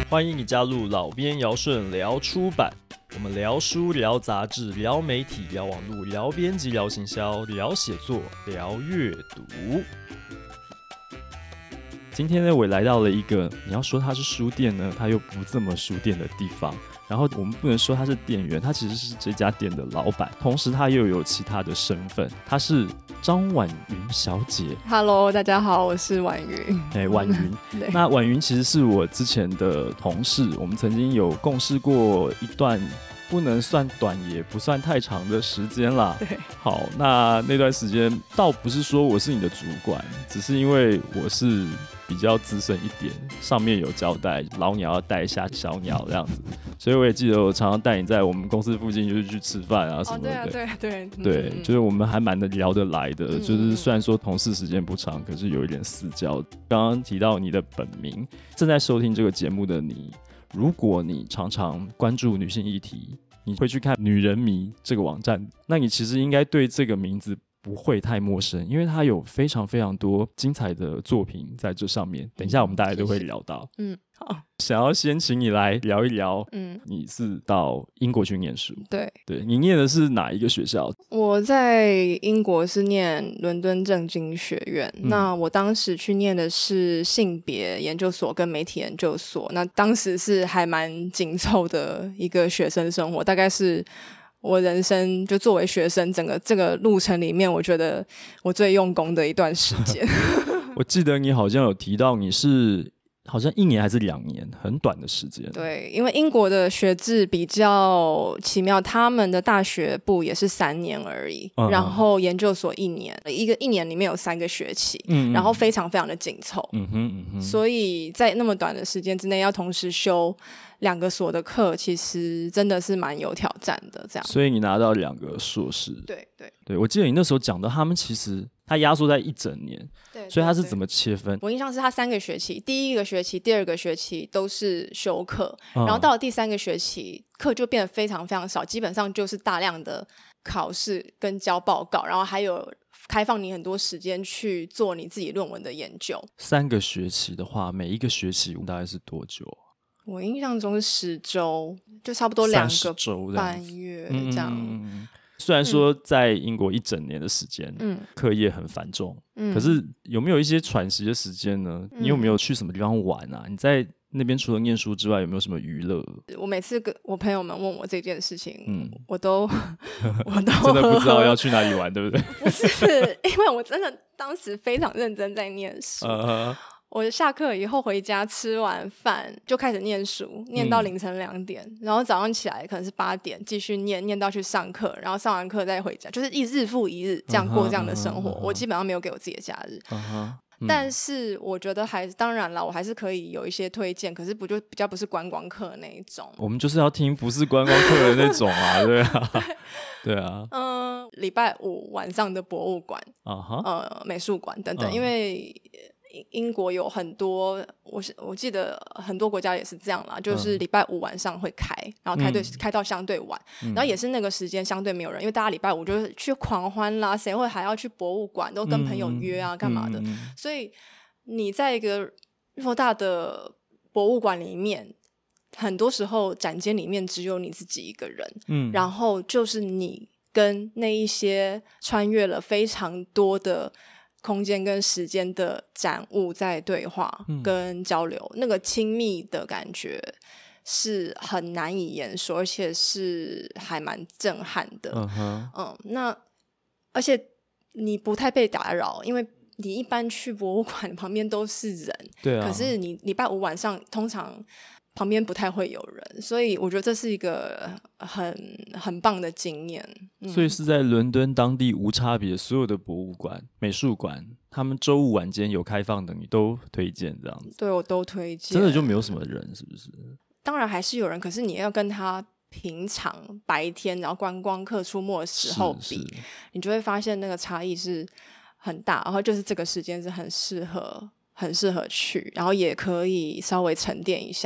欢迎你加入老编尧舜聊出版，我们聊书、聊杂志、聊媒体、聊网络、聊编辑、聊行销、聊写作、聊阅读。今天呢，我来到了一个你要说它是书店呢，它又不这么书店的地方。然后我们不能说他是店员，他其实是这家店的老板，同时他又有其他的身份，他是张婉云小姐。 Hello， 大家好，我是婉云。 婉云那婉云其实是我之前的同事，我们曾经有共事过一段不能算短也不算太长的时间啦。 对， 好，那段时间倒不是说我是你的主管，只是因为我是比较资深一点，上面有交代老鸟要带一下小鸟这样子，所以我也记得我常常带你在我们公司附近就是去吃饭啊什么的。对，就是我们还蛮聊得来的，就是虽然说同事时间不长，可是有一点私交。刚刚提到你的本名，正在收听这个节目的你，如果你常常关注女性议题，你会去看女人迷这个网站，那你其实应该对这个名字不会太陌生，因为它有非常非常多精彩的作品在这上面。等一下我们大家都会聊到。 好， 想要先请你来聊一聊，你是到英国去念书。 对， 你念的是哪一个学校？ 我在英国是念伦敦政经学院，那我当时去念的是性别研究所跟媒体研究所，那当时是还蛮紧凑的一个学生生活，大概是我人生就作为学生整个这个路程里面，我觉得我最用功的一段时间。 我记得你好像有提到你是好像1年还是2年，很短的时间。 对，因为英国的学制比较奇妙，他们的大学部也是3年而已，然后研究所1年，一年里面有3个学期，然后非常非常的紧凑，所以在那么短的时间之内要同时修2个所的课，其实真的是蛮有挑战的。这样， 所以你拿到2个硕士。 对， 我记得你那时候讲到他们其实他压缩在1整年， 对， 所以他是怎么切分？ 我印象是他3个学期，第1个学期、第2个学期都是修课，然后到了第3个学期，课就变得非常非常少，基本上就是大量的考试跟交报告，然后还有开放你很多时间去做你自己论文的研究。 3个学期的话，每一个学期大概是多久？ 我印象中是10周，就差不多2个半月这样。 虽然说在英国1整年的时间，课业很繁重，可是有没有一些喘息的时间呢？你有没有去什么地方玩啊？你在那边除了念书之外，有没有什么娱乐？ 我每次跟我朋友们问我这件事情，我都真的不知道要去哪里玩，对不对？ 不是，因为我真的当时非常认真在念书。我下课以后回家吃完饭就开始念书，念到凌晨2点，然后早上起来可能是8点继续念到去上课，然后上完课再回家，就是日复一日这样过这样的生活。我基本上没有给我自己的假日。但是我觉得当然啦，我还是可以有一些推荐，可是比较不是观光客那一种。 我们就是要听不是观光客的那种啊，对啊，对啊。 礼拜5晚上的博物馆，美术馆等等，因为英国有很多，我记得很多国家也是这样啦，就是礼拜5晚上会开，然后开到相对晚，然后也是那个时间相对没有人，因为大家礼拜5就是去狂欢啦，谁会还要去博物馆，都跟朋友约啊干嘛的，所以你在一个偌大的博物馆里面，很多时候展间里面只有你自己一个人，然后就是你跟那一些穿越了非常多的空间跟时间的展物在对话跟交流，那个亲密的感觉是很难以言说，而且是还蛮震撼的。那而且你不太被打扰，因为你一般去博物馆旁边都是人， 对啊， 可是你礼拜5晚上通常旁边不太会有人，所以我觉得这是一个很棒的经验。 所以是在伦敦当地无差别所有的博物馆、美术馆，他们周5晚间有开放的，你都推荐这样子？ 对，我都推荐。 真的就没有什么人，是不是？ 当然还是有人，可是你要跟他平常白天然后观光客出没的时候比，你就会发现那个差异是很大，然后就是这个时间是很适合去，然后也可以稍微沉淀一下。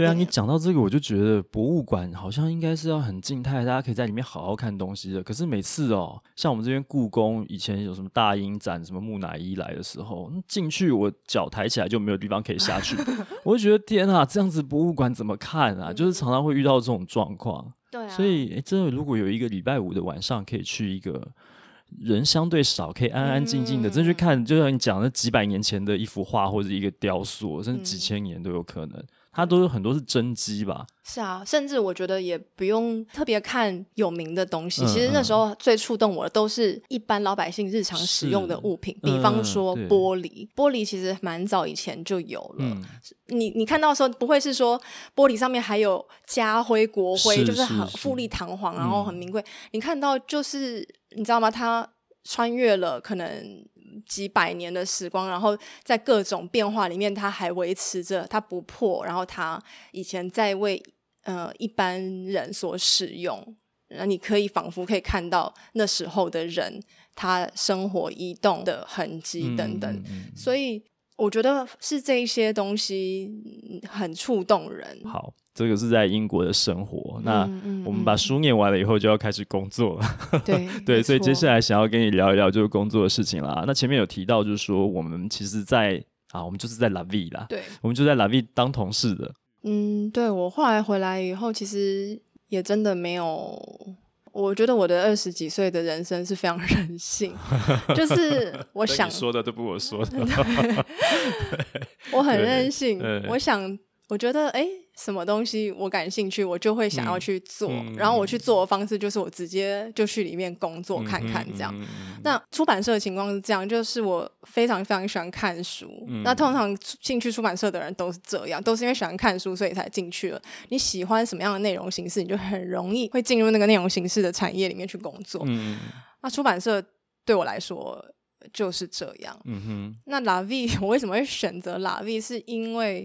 对啊，你讲到这个我就觉得博物馆好像应该是要很静态，大家可以在里面好好看东西的。可是每次像我们这边故宫以前有什么大英展什么木乃伊来的时候，进去我脚抬起来就没有地方可以下去我就觉得天啊，这样子博物馆怎么看啊？就是常常会遇到这种状况。 对啊， 所以真的如果有一个礼拜五的晚上可以去一个人相对少可以安安静静的真去看，就像你讲的几百年前的一幅画或者一个雕塑，甚至几千年都有可能，它都有很多是真迹吧。 是啊，甚至我觉得也不用特别看有名的东西，其实那时候最触动我的都是一般老百姓日常使用的物品，比方说玻璃。玻璃其实蛮早以前就有了，你看到的时候不会是说玻璃上面还有家徽国徽，就是很富丽堂皇然后很名贵，你看到就是你知道吗，它穿越了可能几百年的时光，然后在各种变化里面它还维持着，它不破，然后它以前在为一般人所使用，那你可以仿佛可以看到那时候的人他生活移动的痕迹等等，所以我觉得是这一些东西很触动人。 好，这个是在英国的生活，那我们把书念完了以后就要开始工作了对对，所以接下来想要跟你聊一聊就是工作的事情啦。那前面有提到就是说我们其实我们就是在 La Vie 啦， 对， 我们就在 La Vie 当同事的。 对，我后来回来以后其实也真的没有，我觉得我的20几岁的人生是非常任性就是我想你说的都不我说的我很任性，我觉得什么东西我感兴趣我就会想要去做，然后我去做的方式就是我直接就去里面工作看看这样。那出版社的情况是这样，就是我非常非常喜欢看书，那通常进去出版社的人都是这样，都是因为喜欢看书所以才进去了。你喜欢什么样的内容形式，你就很容易会进入那个内容形式的产业里面去工作。那出版社对我来说就是这样。那 La Vie 我为什么会选择 La Vie 是因为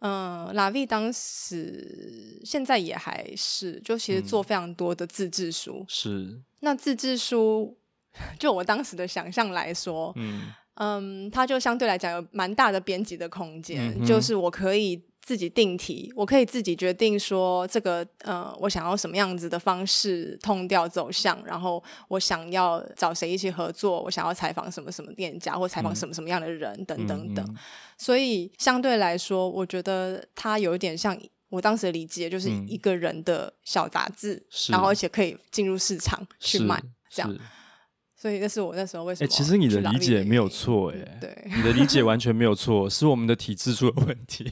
La Vie 当时现在也还是就其实做非常多的自制书， 是那自制书就我当时的想象来说它就相对来讲有蛮大的编辑的空间，就是我可以自己定题，我可以自己决定说这个我想要什么样子的方式痛调走向，然后我想要找谁一起合作，我想要采访什么什么店家或采访什么什么样的人等等等所以相对来说我觉得它有一点像我当时的理解就是一个人的小杂志然后而且可以进入市场去卖这样，所以那是我那时候为什么其实你的理解没有错对，你的理解完全没有错是我们的体制出了问题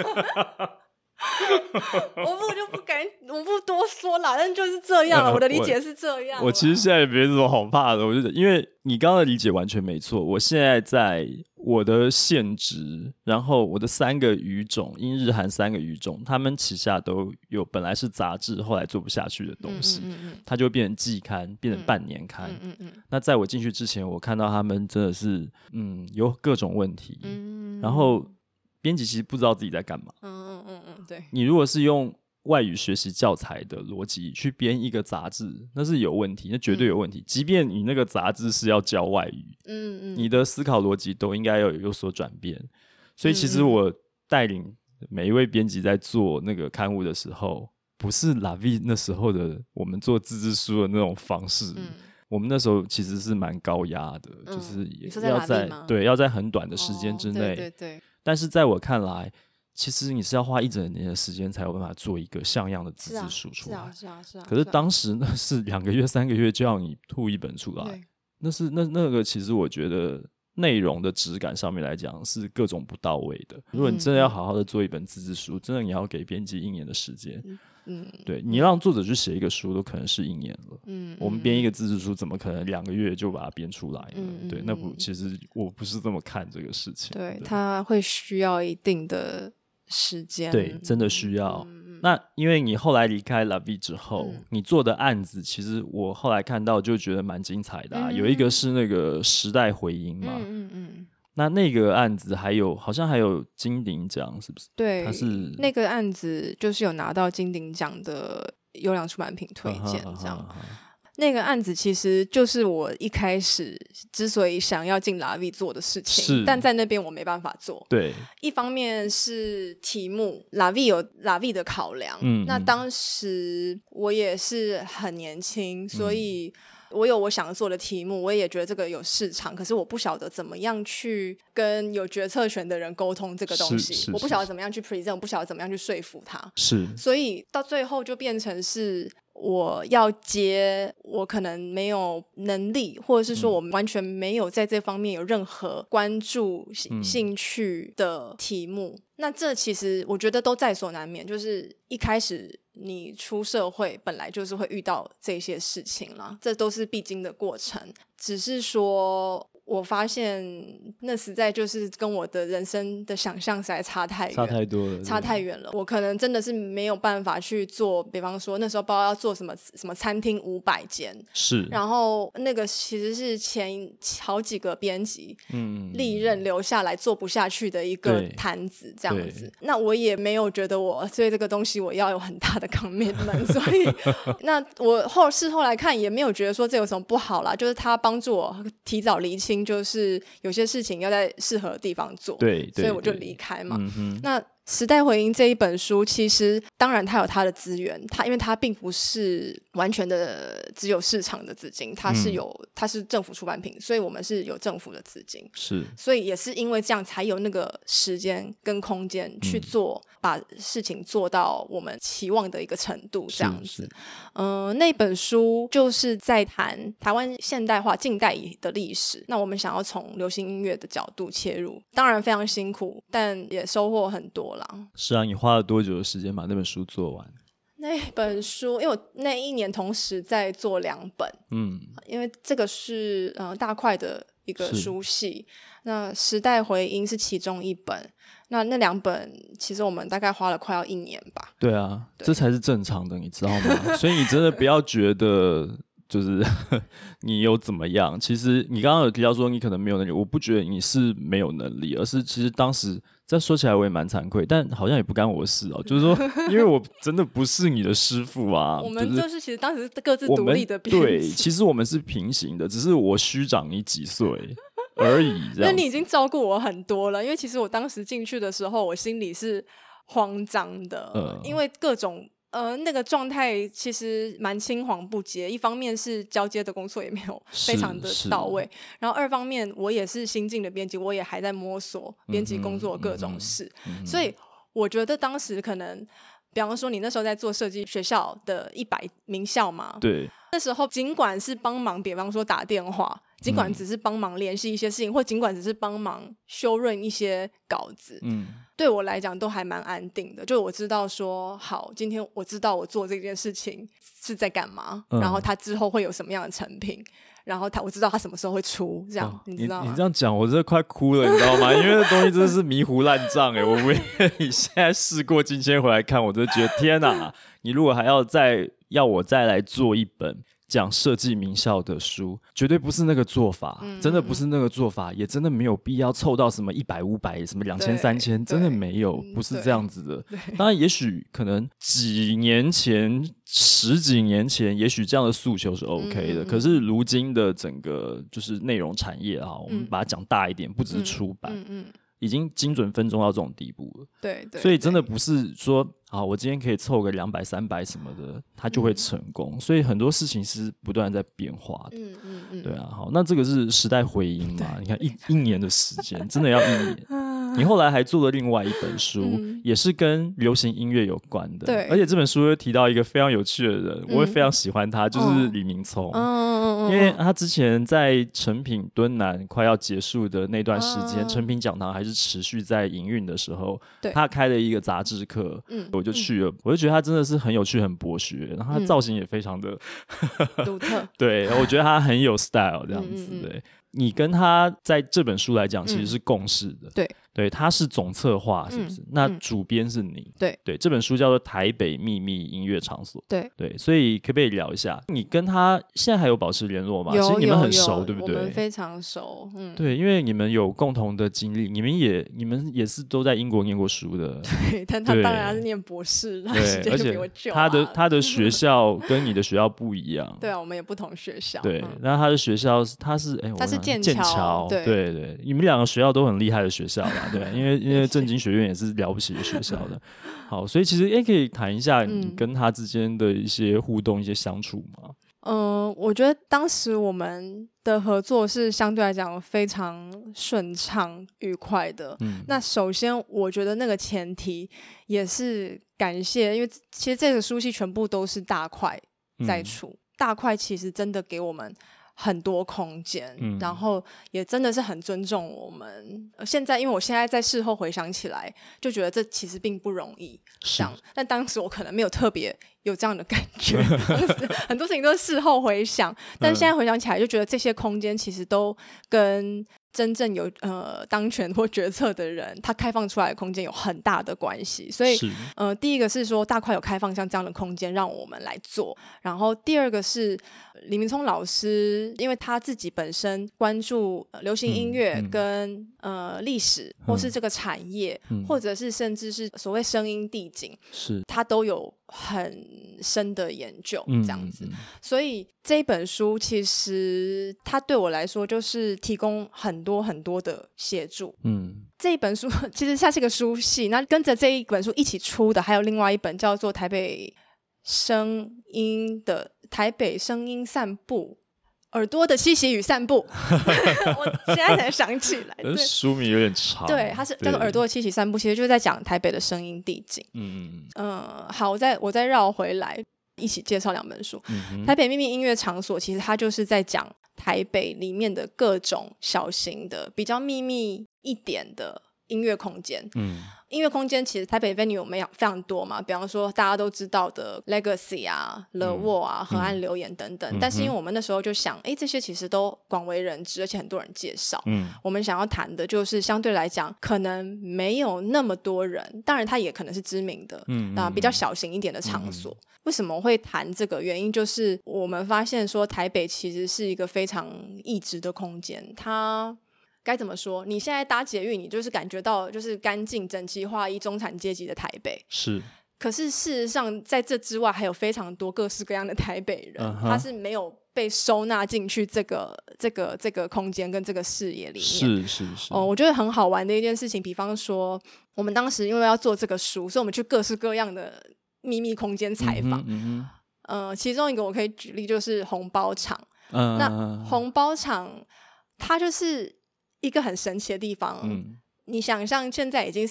我不多说啦，但就是这样我的理解是这样我其实现在也没什么好怕的，我就因为你刚刚的理解完全没错，我现在在我的现职，然后我的3个语种英日韩3个语种他们旗下都有本来是杂志后来做不下去的东西它就变成季刊变成半年刊那在我进去之前我看到他们真的是有各种问题然后编辑其实不知道自己在干嘛对， 你如果是用外语学习教材的逻辑去编一个杂志那是有问题，那绝对有问题即便你那个杂志是要教外语你的思考逻辑都应该有所转变所以其实我带领每一位编辑在做那个刊物的时候不是 La Vie 那时候的我们做自制书的那种方式我们那时候其实是蛮高压的就是要在很短的时间之内对但是在我看来其实你是要花1整年的时间才有办法做一个像样的自制书出来是啊可是当时那是2个月3个月就要你吐一本出来那个其实我觉得内容的质感上面来讲是各种不到位的如果你真的要好好的做一本自制书真的你要给编辑1年的时间对你让作者去写一个书都可能是1年了我们编一个自制书怎么可能2个月就把它编出来对那其实我不是这么看这个事情对它会需要一定的时间对真的需要那因为你后来离开 La Vie 之后你做的案子其实我后来看到就觉得蛮精彩的有一个是那个时代回音嘛那个案子好像还有金鼎奖是不是对它是那个案子就是有拿到金鼎奖的优良出版品推荐这样那个案子其实就是我一开始之所以想要进 LAVI 做的事情，但在那边我没办法做。 对， 一方面是题目 LAVI 有 LAVI 的考量，那当时我也是很年轻，所以我有我想做的题目，我也觉得这个有市场，可是我不晓得怎么样去跟有决策权的人沟通这个东西，我不晓得怎么样去 present， 我不晓得怎么样去说服他，所以到最后就变成是我要接我可能没有能力，或者是说我完全没有在这方面有任何关注兴趣的题目，那这其实我觉得都在所难免，就是一开始你出社会本来就是会遇到这些事情啦，这都是必经的过程，只是说我发现那实在就是跟我的人生的想象实在差太远了，我可能真的是没有办法去做，比方说那时候不知道要做什么餐厅500间，然后那个其实是前好几个编辑历任留下来做不下去的一个摊子这样子，那我也没有觉得我对这个东西我要有很大的 commitment， 所以那我事后来看也没有觉得说这有什么不好啦，就是他帮助我提早厘清，就是有些事情要在适合的地方做，所以我就离开嘛。那时代回音这一本书其实当然它有它的资源，因为它并不是完全的只有市场的资金，它是政府出版品，所以我们是有政府的资金，所以也是因为这样才有那个时间跟空间去做，把事情做到我们期望的一个程度这样子。那本书就是在谈台湾现代化近代的历史，那我们想要从流行音乐的角度切入，当然非常辛苦，但也收获很多啦。 是啊，你花了多久的时间把那本书做完？ 那本书因为我那一年同时在做2本，因为这个是大块的一个书系，那时代回音是其中一本，那2本其实我们大概花了快要1年吧。 对啊，这才是正常的，你知道吗？所以你真的不要觉得就是你有怎么样，其实你刚刚有提到说你可能没有能力，我不觉得你是没有能力，而是其实当时这说起来我也蛮惭愧，但好像也不干我的事哦。就是说，因为我真的不是你的师父啊。 我们就是其实当时各自独立的编辑， 对，其实我们是平行的，只是我虚长你几岁而已。 那你已经照顾我很多了，因为其实我当时进去的时候，我心里是慌张的，因为各种。那个状态其实蛮青黄不接，一方面是交接的工作也没有非常的到位，然后二方面我也是新进的编辑，我也还在摸索编辑工作各种事，所以我觉得当时可能比方说你那时候在做设计学校的100名校嘛， 对， 那时候尽管是帮忙比方说打电话，尽管只是帮忙联系一些事情，或尽管只是帮忙修润一些稿子，对我来讲都还蛮安定的，就我知道说好，今天我知道我做这件事情是在干嘛，然后他之后会有什么样的成品，然后我知道他什么时候会出，这样、你知道吗？ 你这样讲我真的快哭了，你知道吗？因为这东西真的是迷糊烂账哎！我你现在事过境迁回来看，我真的觉得天哪！你如果还要我再来做一本讲设计名校的书，绝对不是那个做法，真的不是那个做法，也真的没有必要凑到什么100、500、什么2000、3000，真的没有，不是这样子的。当然，也许可能几年前、10几年前，也许这样的诉求是 OK 的。可是如今的整个就是内容产业啊，我们把它讲大一点，不只是出版，已经精准分钟到这种地步了。 对， 所以真的不是说好，我今天可以凑个200、300什么的，它就会成功。所以很多事情是不断在变化的。对啊，好，那这个是时代回音嘛？你看一年的时间，真的要1年。你后来还做了另外一本书，也是跟流行音乐有关的。 对， 而且这本书又提到一个非常有趣的人，我会非常喜欢他，就是李明聪。因为他之前在成品敦南快要结束的那段时间，成品讲堂还是持续在营运的时候，他开了一个杂志课，我就去了，我就觉得他真的是很有趣、很博学，然后他造型也非常的独特。 对，我觉得他很有 style 这样子。对， 你跟他在这本书来讲其实是共事的，对，他是总策划是不是？那主编是你，对，这本书叫做《台北秘密音乐场所》，对，所以可不可以聊一下，你跟他现在还有保持联络吗？其实你们很熟，对不对？ 我们非常熟， 对，因为你们有共同的经历，你们也是都在英国念过书的， 对，但他当然是念博士， 对，而且他的学校跟你的学校不一样， 对啊，我们也不同学校， 对，那他的学校他是剑桥，对，你们两个学校都很厉害的学校啦。对，因为政经学院也是了不起的学校的。好，所以其实可以谈一下你跟他之间的一些互动、一些相处吗？ 我觉得当时我们的合作是相对来讲非常顺畅、愉快的。那首先，我觉得那个前提也是感谢，因为其实这个书系全部都是大块在出，大块其实真的给我们很多空间，然后也真的是很尊重我们。现在因为我现在在事后回想起来，就觉得这其实并不容易，但当时我可能没有特别有这样的感觉，很多事情都是事后回想，但是现在回想起来就觉得这些空间其实都跟真正有当权或决策的人他开放出来的空间有很大的关系。所以第一个是说大块有开放像这样的空间让我们来做，然后第二个是李明聪老师，因为他自己本身关注流行音乐跟历史或是这个产业，或者是甚至是所谓声音地景，是他都有很深的研究这样子，所以这一本书其实它对我来说就是提供很多很多的协助。这一本书其实它是一个书系，那跟着这一本书一起出的还有另外一本叫做台北声音散步，耳朵的栖息与散步我现在才想起来，对， 书名有点长， 对，它是叫做耳朵的栖息散步，其实就是在讲台北的声音地景。好，我再绕回来一起介绍两本书。台北秘密音乐场所其实它就是在讲台北里面的各种小型的比较秘密一点的音乐空间。音乐空间其实台北 venue 非常多嘛，比方说大家都知道的 Legacy 啊、The Wall 啊、河岸留言等等，但是因为我们那时候就想这些其实都广为人知，而且很多人介绍。我们想要谈的就是相对来讲可能没有那么多人，当然它也可能是知名的比较小型一点的场所。为什么会谈这个原因就是我们发现说台北其实是一个非常异质的空间，它该怎么说？你现在搭捷运，你就是感觉到就是干净、整齐划一、中产阶级的台北。是。可是事实上，在这之外，还有非常多各式各样的台北人，他是没有被收纳进去这个空间跟这个视野里面。是。我觉得很好玩的一件事情，比方说，我们当时因为要做这个书，所以我们去各式各样的秘密空间采访。其中一个我可以举例，就是红包场。那红包场，它就是一个很神奇的地方。你想象现在已经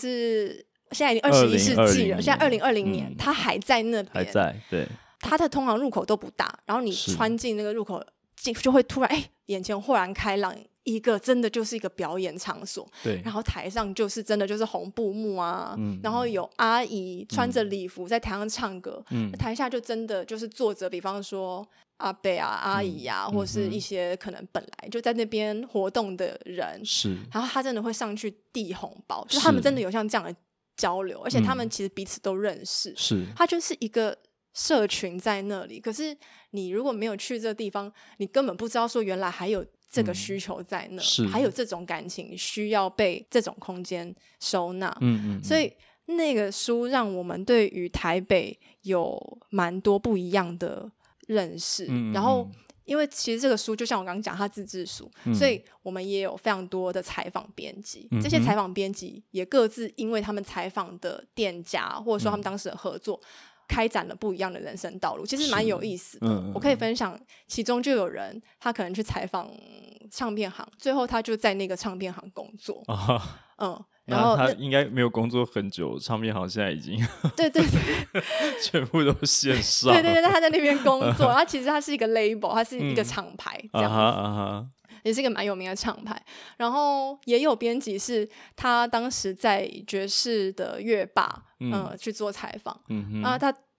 21世纪了，现在2020年，它还在那边，还在。对，它的通往入口都不大，然后你穿进那个入口就会突然眼前豁然开朗，一个真的就是一个表演场所。对，然后台上就是真的就是红布幕啊，然后有阿姨穿着礼服在台上唱歌，台下就真的就是坐着，比方说阿伯啊、阿姨啊，或是一些可能本来就在那边活动的人，是，然后他真的会上去递红包，就是他们真的有像这样的交流，而且他们其实彼此都认识，是，他就是一个社群在那里。可是你如果没有去这个地方，你根本不知道说原来还有这个需求在那，还有这种感情需要被这种空间收纳。所以那个书让我们对于台北有蛮多不一样的认识。然后因为其实这个书就像我刚刚讲它自制书，所以我们也有非常多的采访编辑，这些采访编辑也各自因为他们采访的店家或者说他们当时的合作开展了不一样的人生道路，其实蛮有意思的。我可以分享其中就有人他可能去采访唱片行，最后他就在那个唱片行工作。然后他应该没有工作很久，唱片行现在已经对全部都线上。 对，他在那边工作，然后其实他是一个 label， 他是一个厂牌这样子。也是一个蛮有名的厂牌。然后也有编辑是他当时在爵士的乐吧去做采访，他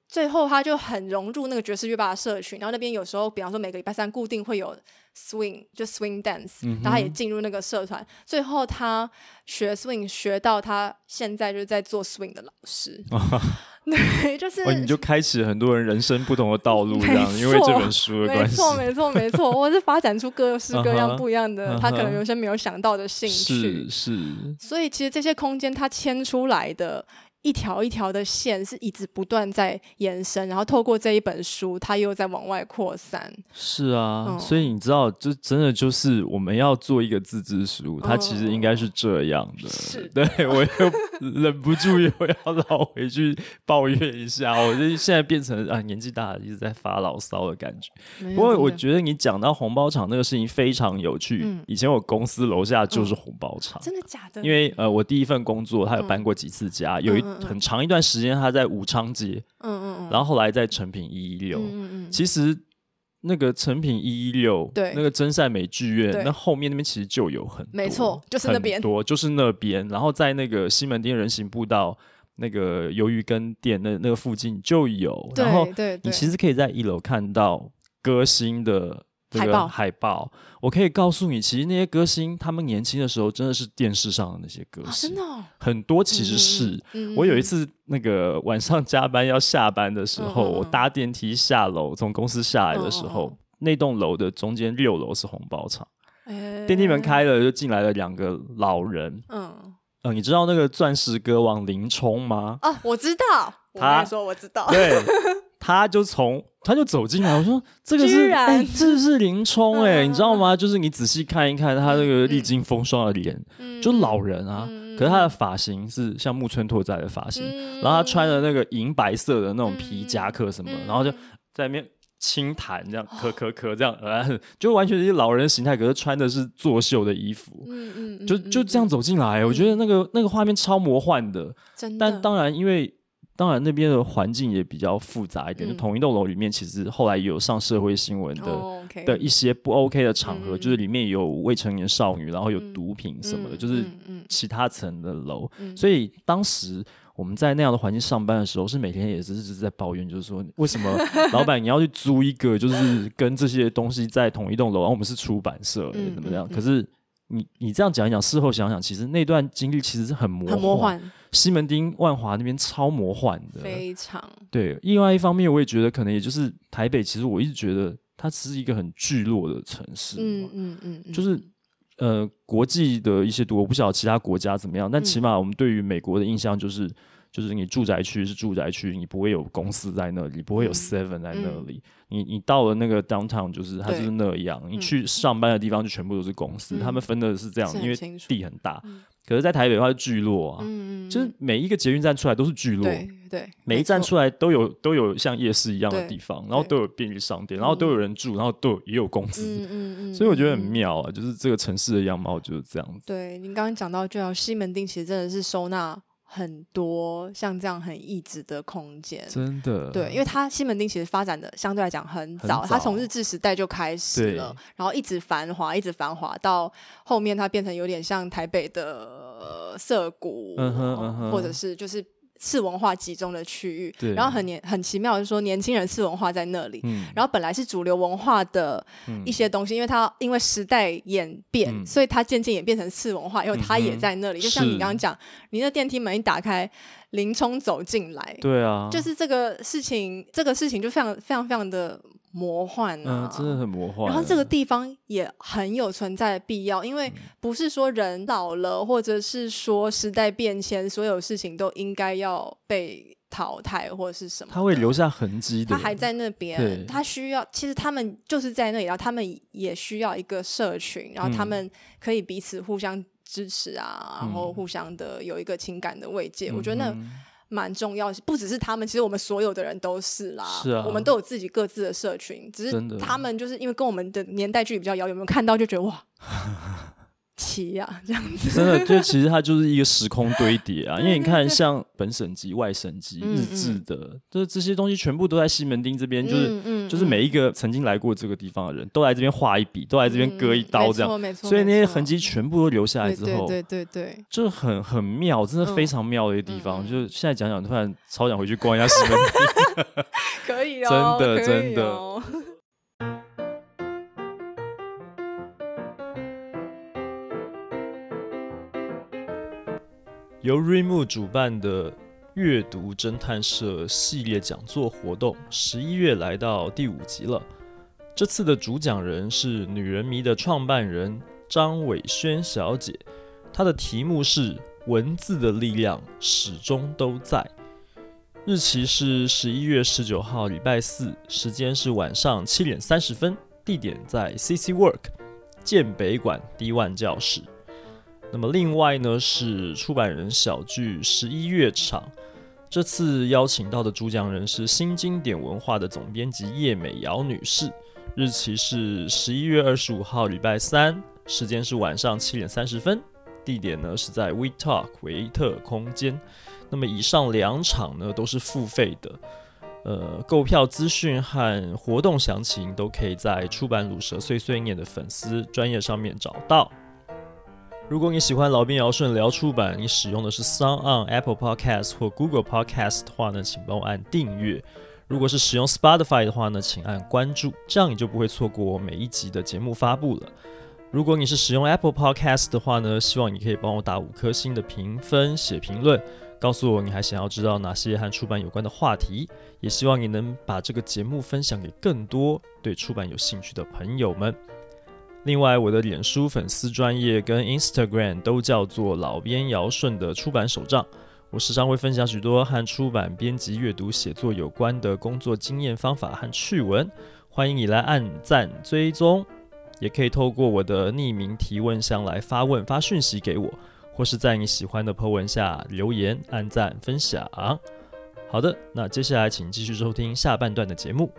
最后他就很融入那个爵士乐吧的社群，然后那边有时候比方说每个礼拜三固定会有 swing 就 swing dance，然后他也进入那个社团，最后他学 swing 学到他现在就是在做 swing 的老师。对，就是你就开启了很多人人生不同的道路，这样，因为这本书的关系。 没错，或是发展出各式各样不一样的，他可能有些没有想到的兴趣。 是。 所以其实这些空间它牵出来的一条一条的线是一直不断在延伸，然后透过这一本书它又在往外扩散。 是啊，所以你知道就真的就是我们要做一个自制书，它其实应该是这样的。 是， 对，我又忍不住又要绕回去抱怨一下，我就现在变成年纪大了一直在发牢骚的感觉。不过我觉得你讲到红包场那个事情非常有趣，以前我公司楼下就是红包场。 真的假的？ 因为我第一份工作他有搬过几次家，有很长一段时间他在武昌街，然后后来在诚品116，其实那个诚品116，对，那个真善美剧院，那后面那边其实就有很多， 没错，就是那边， 就是那边，然后在那个西门町人行步道那个鱿鱼羹店那个附近就有，然后你其实可以在1楼看到歌星的这个海报，我可以告诉你，其实那些歌星他们年轻的时候真的是电视上的那些歌星，真的很多其实是。我有一次那个晚上加班要下班的时候，我搭电梯下楼，从公司下来的时候，那栋楼的中间6楼是红包场，电梯门开了就进来了2个老人。你知道那个钻石歌王林冲吗？ 我知道，我跟你说我知道， 对。他就走进来，我说这个是这是林冲你知道吗？就是你仔细看一看他那个历经风霜的脸，就老人啊，可是他的发型是像木村拓哉的发型，然后他穿了那个银白色的那种皮夹克什么，然后就在那边轻弹这样咳这样，就完全是老人的形态，可是穿的是作秀的衣服，就这样走进来，我觉得那个画面超魔幻的，真的。但当然那边的环境也比较复杂一点，就同一栋楼里面其实后来也有上社会新闻的一些不 OK 的场合，就是里面有未成年少女，然后有毒品什么的，就是其他层的楼，所以当时我们在那样的环境上班的时候，是每天也是在抱怨，就是说为什么老板你要去租一个就是跟这些东西在同一栋楼，然后我们是出版社怎么样？可是你这样讲一讲，事后想想，其实那段经历其实是很魔幻。西门町万华那边超魔幻的， 非常对。另外一方面，我也觉得可能也就是台北，其实我一直觉得它只是一个很聚落的城市，就是国际的一些我不晓得其他国家怎么样，但起码我们对于美国的印象就是你住宅区是住宅区，你不会有公司在那里，不会有 Seven 在那里。你到了那个 downtown， 就是它就是那样。你去上班的地方就全部都是公司，他们分的是这样，因为地很大。可是，在台北的话是聚落啊，就是每一个捷运站出来都是聚落， 对， 每一站出来都有像夜市一样的地方，然后都有便利商店，然后都有人住，然后也有公司，所以我觉得很妙啊，就是这个城市的样貌就是这样子。 对，您刚刚讲到，就西门町其实真的是收纳很多像这样很异质的空间，真的。对，因为它西门町其实发展的相对来讲很早，它从日治时代就开始了，然后一直繁华到后面它变成有点像台北的涩谷，或者是就是次文化集中的区域，然后很奇妙的是说年轻人次文化在那里，然后本来是主流文化的一些东西，因为时代演变，所以它渐渐演变成次文化，因为它也在那里，就像你刚刚讲，你那电梯门一打开，林冲走进来，对啊，就是这个事情就非常非常非常的魔幻啊， 真的很魔幻。 然后这个地方也很有存在的必要，因为不是说人老了，或者是说时代变迁，所有事情都应该要被淘汰或者是什么， 它会留下痕迹的。 它还在那边，它需要，其实他们就是在那里，然后他们也需要一个社群，然后他们可以彼此互相支持啊，然后互相的有一个情感的慰藉，我觉得那蛮重要，不只是他们，其实我们所有的人都是啦。是啊，我们都有自己各自的社群，只是他们就是因为跟我们的年代距离比较遥远，有没有看到就觉得哇， 奇啊，这样子真的，就其实它就是一个时空堆叠啊。因为你看，像本省籍、外省籍、日治的，就是这些东西全部都在西门町这边，就是每一个曾经来过这个地方的人都来这边画一笔，都来这边割一刀，这样，所以那些痕迹全部都留下来之后， 对， 就很妙，真的非常妙的一个地方。就是现在讲讲，突然超想回去逛一下西门町， 可以哦， 真的。由 Readmoo 主办的阅读侦探社系列讲座活动11月来到第5集了。这次的主讲人是女人迷的创办人张伟轩小姐，她的题目是文字的力量始终都在。日期是11月19号礼拜四，时间是晚上7点30分，地点在 CC Work 建北馆D1教室。那么另外呢是出版人小聚11月场，这次邀请到的主讲人是新经典文化的总编辑叶美瑶女士，日期是11月25号礼拜三，时间是晚上7点30分，地点呢是在 We Talk 维特空间。那么以上2场呢都是付费的，购票资讯和活动详情都可以在出版鲁蛇碎碎念的粉丝专页上面找到。如果你喜欢老编尧舜聊出版，你使用的是 SoundOn、Apple Podcast 或 Google Podcast 的话呢，请帮我按订阅。如果是使用 Spotify 的话呢，请按关注，这样你就不会错过我每一集的节目发布了。如果你是使用 Apple Podcast 的话呢，希望你可以帮我打5颗星的评分，写评论，告诉我你还想要知道哪些和出版有关的话题，也希望你能把这个节目分享给更多对出版有兴趣的朋友们。另外，我的脸书粉丝专页跟 Instagram 都叫做老编尧舜的出版手账，我时常会分享许多和出版、编辑、阅读、写作有关的工作经验、方法和趣闻，欢迎你来按赞追踪，也可以透过我的匿名提问箱来发问、发讯息给我，或是在你喜欢的 po 文下留言、按赞、分享。好的，那接下来请继续收听下半段的节目。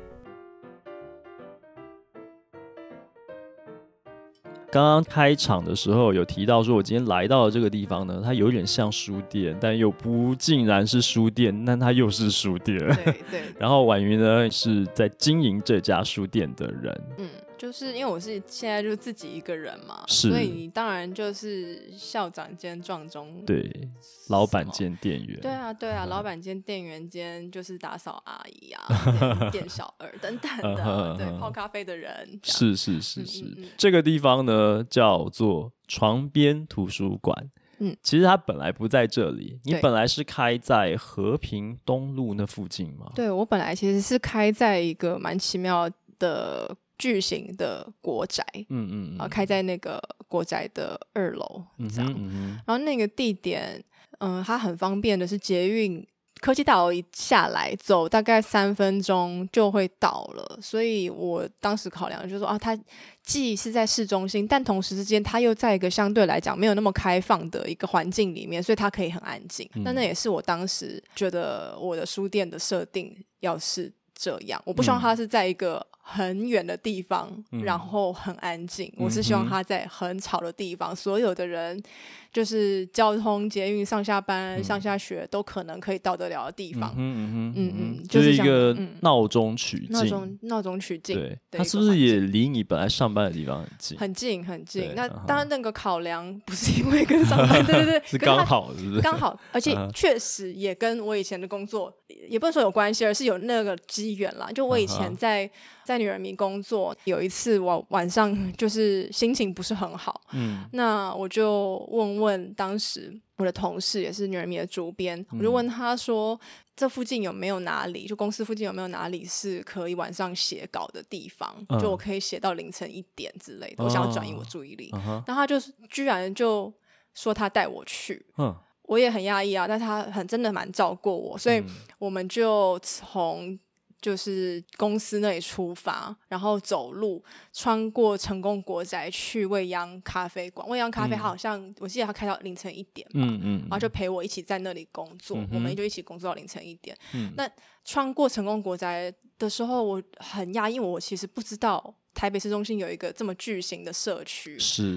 刚刚开场的时候有提到说，我今天来到的这个地方呢，它有点像书店，但又不尽然是书店，但它又是书店。 对。 然后婉瑜呢是在经营这家书店的人。 就是因为我是现在就自己一个人嘛，所以当然就是校长兼撞钟， 对，老板兼店员， 对啊，老板兼店员兼就是打扫阿姨啊，店小二等等的，对，泡咖啡的人， 是，这个地方呢叫做床边图书馆。其实它本来不在这里，你本来是开在和平东路那附近吗？ 对，我本来其实是开在一个蛮奇妙的巨型的国宅，开在那个国宅的2楼，这样。然后那个地点，它很方便的是捷运科技大楼一下来走大概3分钟就会到了，所以我当时考量就是说它既是在市中心，但同时之间它又在一个相对来讲没有那么开放的一个环境里面，所以它可以很安静。那也是我当时觉得我的书店的设定要是这样，我不希望它是在一个很远的地方，然后很安静，我是希望它在很吵的地方，所有的人就是交通捷运上下班、上下学都可能可以到得了的地方。 就是一个闹中取静， 闹中取静。 对，它是不是也离你本来上班的地方很近？ 很近。那当然那个考量不是因为跟上班，对， 是刚好，是不是？ 刚好，而且确实也跟我以前的工作也不能说有关系，而是有那个机缘啦。就我以前在女人迷工作，有一次我晚上就是心情不是很好，那我就问当时我的同事也是女人迷的主编，我就问他说这附近有没有哪里，就公司附近有没有哪里是可以晚上写稿的地方，就我可以写到凌晨1点之类的，我想要转移我注意力。然后他就居然就说他带我去，我也很讶异啊，但是他真的蛮照顾我，所以我们就从就是公司那里出发，然后走路穿过成功国宅去未央咖啡馆。未央咖啡好像我记得他开到凌晨1点吧，然后就陪我一起在那里工作，我们就一起工作到凌晨1点。那穿过成功国宅的时候，我很讶异，因为我其实不知道台北市中心有一个这么巨型的社区。 是。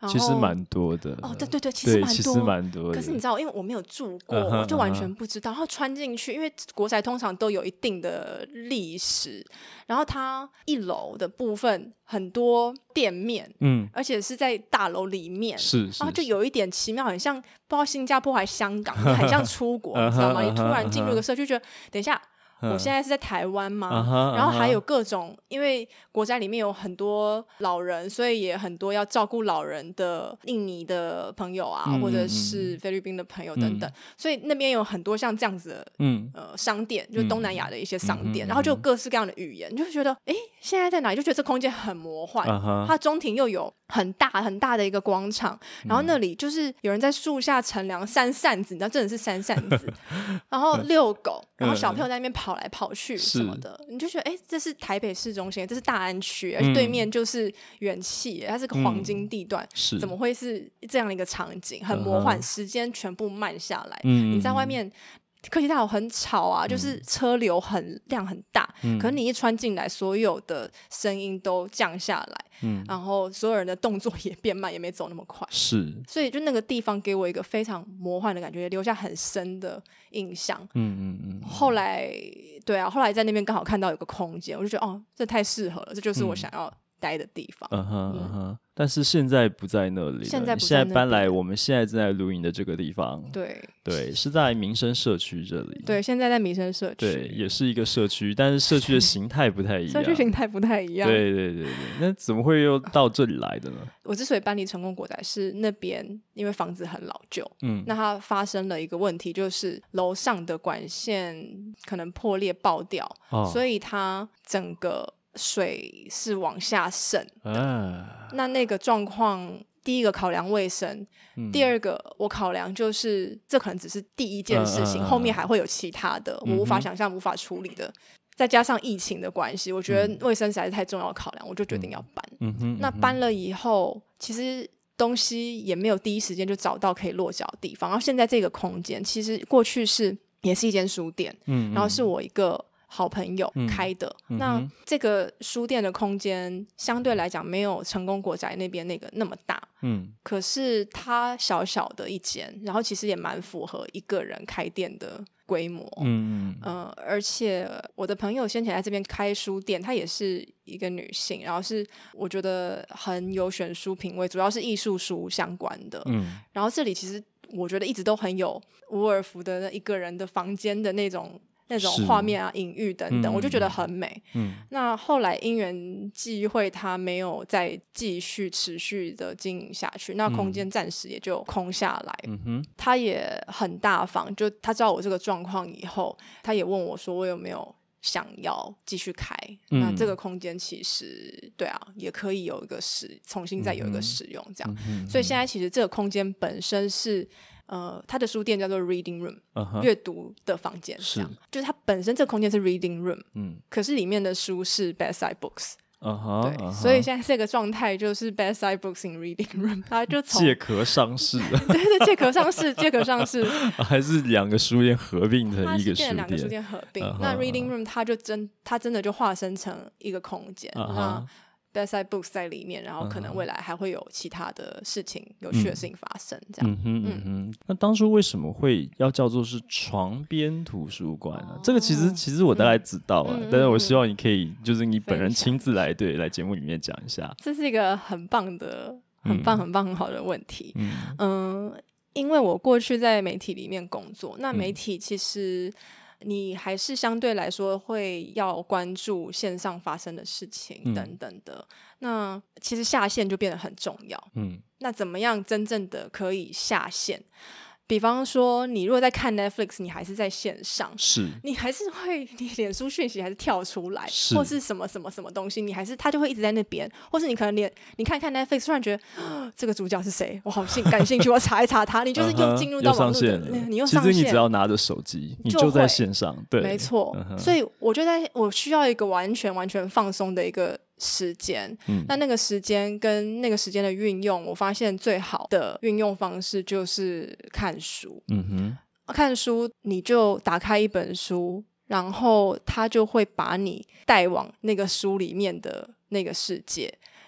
其实蛮多的对，其实蛮多的。 可是你知道，因为我没有住过，我就完全不知道。然后穿进去，因为国宅通常都有一定的历史，然后它1楼的部分很多店面，而且是在大楼里面，然后就有一点奇妙，很像不知道新加坡还香港，很像出国，你知道吗？你突然进入一个社区，觉得等一下。我现在是在台湾吗？然后还有各种，因为国家里面有很多老人，所以也很多要照顾老人的印尼的朋友啊，或者是菲律宾的朋友等等，所以那边有很多像这样子的商店，就是东南亚的一些商店，然后就有各式各样的语言，你就觉得现在在哪里？就觉得这空间很魔幻。它中庭又有很大很大的一个广场，然后那里就是有人在树下乘凉扇扇子，你知道真的是扇扇子，然后遛狗，然后小朋友在那边跑来跑去什么的，你就觉得这是台北市中心，这是大安区，而且对面就是元气，它是个黄金地段，怎么会是这样的一个场景？很魔幻，时间全部慢下来，你在外面科技大楼很吵啊，就是车流量很大，可是你一穿进来，所有的声音都降下来，然后所有人的动作也变慢，也没走那么快，所以就那个地方给我一个非常魔幻的感觉，也留下很深的印象。后来在那边刚好看到有个空间，我就觉得这太适合了，这就是我想要待的地方。 但是现在不在那里了， 现在搬来我们现在正在录音的这个地方。对，是在民生社区这里。 对，现在在民生社区， 对，也是一个社区，但是社区的形态不太一样。 社区形态不太一样。 对，那怎么会又到这里来的呢？ 我之所以搬离成功国宅，是那边因为房子很老旧，那它发生了一个问题，就是楼上的管线可能破裂爆掉，所以它整个水是往下渗的。那个状况，第一个考量卫生，第二个我考量就是这可能只是第一件事情，后面还会有其他的我无法想象无法处理的，再加上疫情的关系，我觉得卫生实在是太重要的考量，我就决定要搬。那搬了以后，其实东西也没有第一时间就找到可以落脚的地方，然后现在这个空间其实过去也是一间书店，然后是我一个好朋友开的，那这个书店的空间相对来讲没有成功国宅那边那么大，可是它小小的一间，然后其实也蛮符合一个人开店的规模，而且我的朋友先前在这边开书店，她也是一个女性，然后是我觉得很有选书品味，主要是艺术书相关的，然后这里其实我觉得一直都很有伍尔夫的那一个人的房间的那种画面啊、隐喻等等，我就觉得很美。那后来因缘际会，他没有再继续持续的经营下去，那空间暂时也就空下来。他也很大方，就他知道我这个状况以后，他也问我说我有没有想要继续开。那这个空间其实也可以有一个重新再有一个使用这样。所以现在其实这个空间本身是他的书店叫做 Reading Room，阅读的房间，这样就是它本身这个空间是 Reading Room，可是里面的书是 Bedside Books，对，所以现在这个状态就是 Bedside Books in Reading Room， 它就借壳上市对，借壳上市还是两个书店合并成一个书店， 两个书店合并，那 Reading Room 它真的就化身成一个空间，那Bedside Books 在里面，然后可能未来还会有其他的事情、有趣的事情发生，这样。 那当初为什么会要叫做是床边图书馆呢？这个其实我大概知道了，但是我希望你可以就是你本人亲自来节目里面讲一下。 这是一个很棒的、很好的问题。因为我过去在媒体里面工作，那媒体其实你还是相对来说会要关注线上发生的事情等等的，那其实下线就变得很重要。那怎么样真正的可以下线？比方说你如果在看 Netflix， 你还是在线上，你还是会你脸书讯息还是跳出来，或是什么什么什么东西，你还是他就会一直在那边，或是你可能你看 Netflix 突然觉得这个主角是谁，我好感兴趣，我查一查他，你就是又进入到网络的你又上线， 其实你只要拿着手机你就在线上，对， 没错。所以我觉得我需要一个完全放松的一个时间，那个时间跟那个时间的运用，我发现最好的运用方式就是看书。看书你就打开一本书，然后它就会把你带往那个书里面的那个世界，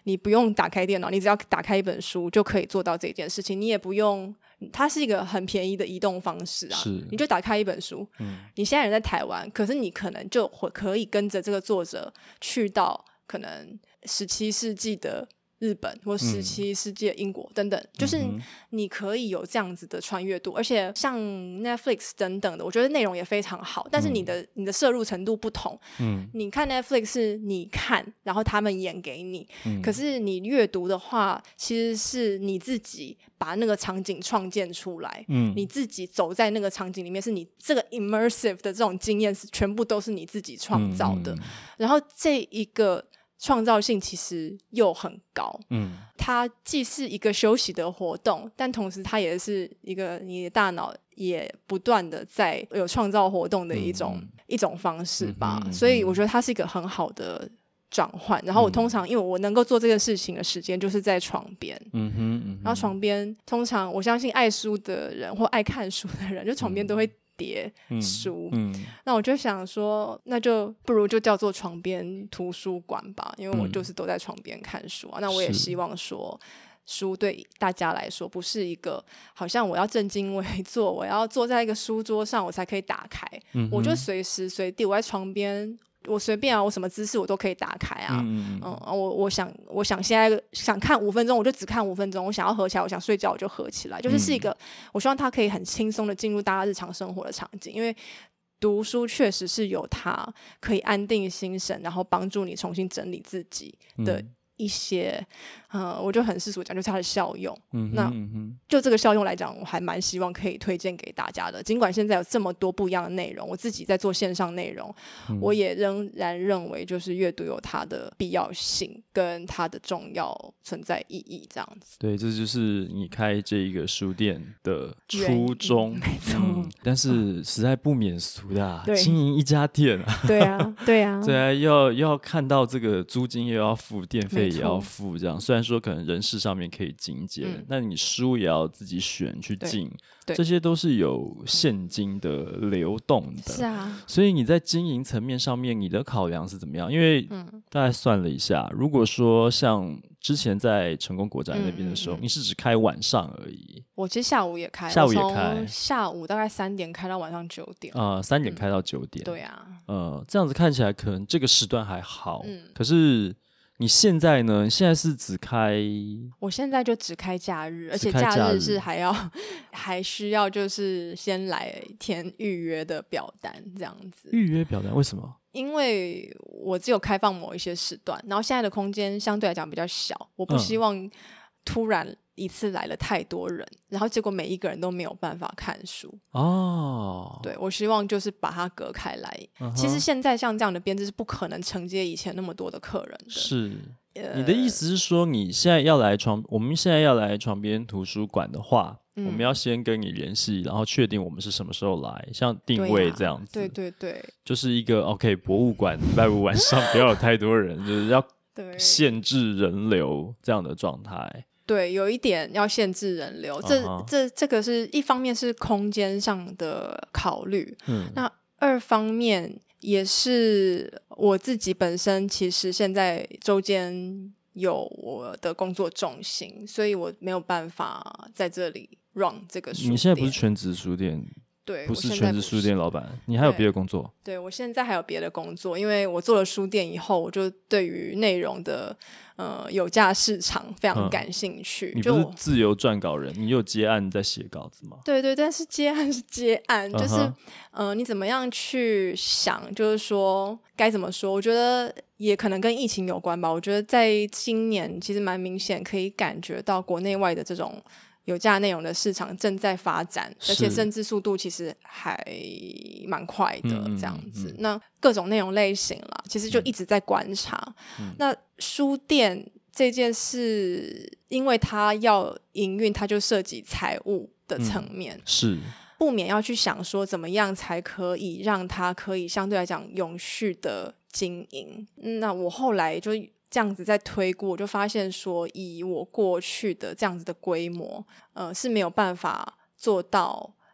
你不用打开电脑，你只要打开一本书就可以做到这件事情，你也不用，它是一个很便宜的移动方式啊，你就打开一本书，你现在人在台湾，可是你可能就可以跟着这个作者去到可能17世纪的日本或17世纪的英国等等，就是你可以有这样子的穿越度，而且像 Netflix 等等的，我觉得内容也非常好，但是你的摄入程度不同，你看 Netflix 是你看然后他们演给你，可是你阅读的话其实是你自己把那个场景创建出来，你自己走在那个场景里面，是你这个 immersive 的这种经验是全部都是你自己创造的，然后这一个创造性其实又很高，它既是一个休息的活动，但同时它也是一个你的大脑也不断的在有创造活动的一种方式吧，所以我觉得它是一个很好的转换。然后我通常因为我能够做这件事情的时间就是在床边，然后床边通常我相信爱书的人或爱看书的人，就床边都会叠书，那我就想说那就不如就叫做床边图书馆吧，因为我就是都在床边看书啊，那我也希望说书对大家来说不是一个好像我要正襟危坐，我要坐在一个书桌上我才可以打开，我就随时随地我在床边，我随便啊，我什么姿势我都可以打开啊，我想现在想看5分钟我就只看5分钟，我想要合起来，我想睡觉我就合起来，就是一个我希望它可以很轻松的进入大家日常生活的场景，因为读书确实是有它可以安定心神，然后帮助你重新整理自己的一些我就很世俗讲就是它的效用，那就这个效用来讲我还蛮希望可以推荐给大家的，尽管现在有这么多不一样的内容，我自己在做线上内容，我也仍然认为就是阅读有它的必要性跟它的重要存在意义这样子。 对，这就是你开这一个书店的初衷， 没错， 但是实在不免俗的啊，经营一家店啊， 对啊对啊对啊，要看到这个租金又要付，电费也要付，这样虽然说可能人事上面可以精简，那你书也要自己选去进，这些都是有现金的流动的， 是啊， 所以你在经营层面上面你的考量是怎么样？因为大概算了一下，如果说像之前在成功国宅那边的时候，你是只开晚上而已。 我其实下午也开，从下午大概3点开到晚上9点 ，3点开到9点， 对啊， 这样子看起来可能这个时段还好，可是你现在呢？你现在是只开？ 我现在就只开假日，而且假日是还需要就是先来填预约的表单这样子。 预约表单为什么？ 因为我只有开放某一些时段，然后现在的空间相对来讲比较小，我不希望突然一次来了太多人，然后结果每一个人都没有办法看书对，我希望就是把它隔开来，其实现在像这样的编制是不可能承接以前那么多的客人的。 是你的意思是说你现在要来我们现在要来床边图书馆的话，我们要先跟你联系，然后确定我们是什么时候来，像定位这样子。 对对对， 就是一个 OK 博物馆礼拜5晚上不要有太多人，就是要限制人流这样的状态。 对，有一点要限制人流，这个是一方面是空间上的考虑，那2方面也是我自己本身其实现在周间有我的工作重心，所以我没有办法在这里 run 这个书店。 你现在不是全职书店？ 对， 不是全职书店老板，你还有别的工作？ 对，我现在还有别的工作，因为我做了书店以后，我就对于内容的有价市场非常感兴趣。 你不是自由撰稿人，你有接案在写稿子吗？ 对对，但是接案是接案，就是你怎么样去想，就是说该怎么说？我觉得也可能跟疫情有关吧。我觉得在今年其实蛮明显可以感觉到国内外的这种有价内容的市场正在发展，而且甚至速度其实还蛮快的这样子。那各种内容类型啦，其实就一直在观察。那书店这件事，因为它要营运，它就涉及财务的层面， 是不免要去想说怎么样才可以让它可以相对来讲永续的经营。那我后来就这样子在推估，我就发现说以我过去的这样子的规模是没有办法做到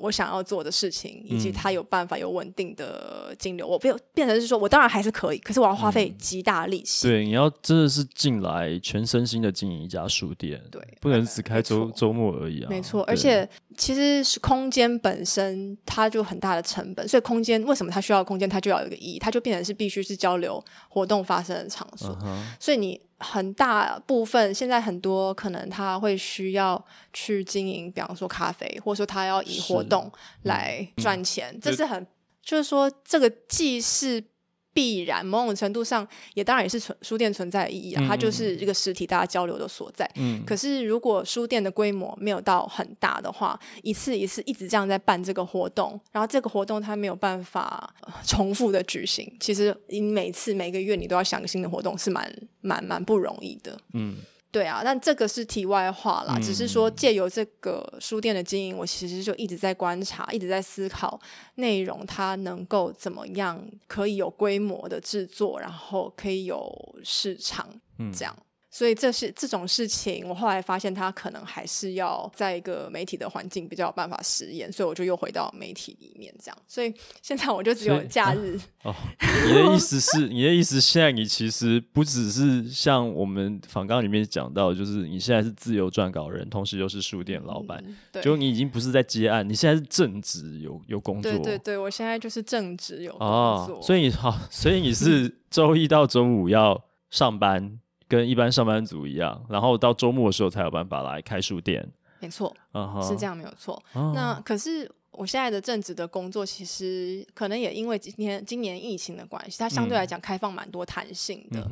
我想要做的事情，以及它有办法有稳定的金流。我变成是说我当然还是可以，可是我要花费极大力气。 对，你要真的是进来全身心的经营一家书店， 对， 不能只开周末而已啊。 没错，而且其实是空间本身它就很大的成本，所以空间为什么它需要空间，它就要有一个意义，它就变成是必须是交流活动发生的场所。所以你很大部分现在很多可能他会需要去经营，比方说咖啡，或者说他要以活动来赚钱，这是很就是说这个既是必然，某种程度上也当然也是书店存在的意义啊，它就是一个实体大家交流的所在。可是如果书店的规模没有到很大的话，一次一直这样在办这个活动，然后这个活动它没有办法重复的举行，其实你每个月你都要想个新的活动，是蛮不容易的。对啊，但这个是题外话啦，只是说借由这个书店的经营，我其实就一直在观察，一直在思考内容它能够怎么样可以有规模的制作，然后可以有市场这样。所以这种事情我后来发现它可能还是要在一个媒体的环境比较有办法实验，所以我就又回到媒体里面这样。所以现在我就只有假日。 你的意思现在你其实不只是像我们访纲里面讲到，就是你现在是自由撰稿人，同时又是书店老板，就你已经不是在接案，你现在是正职有工作。 对，我现在就是正职有工作。 所以你是周一到周五要上班，跟一般上班族一样，然后到周末的时候才有办法来开书店。 没错，是这样没有错。那可是我现在的正职的工作，其实可能也因为今年疫情的关系，它相对来讲开放蛮多弹性的。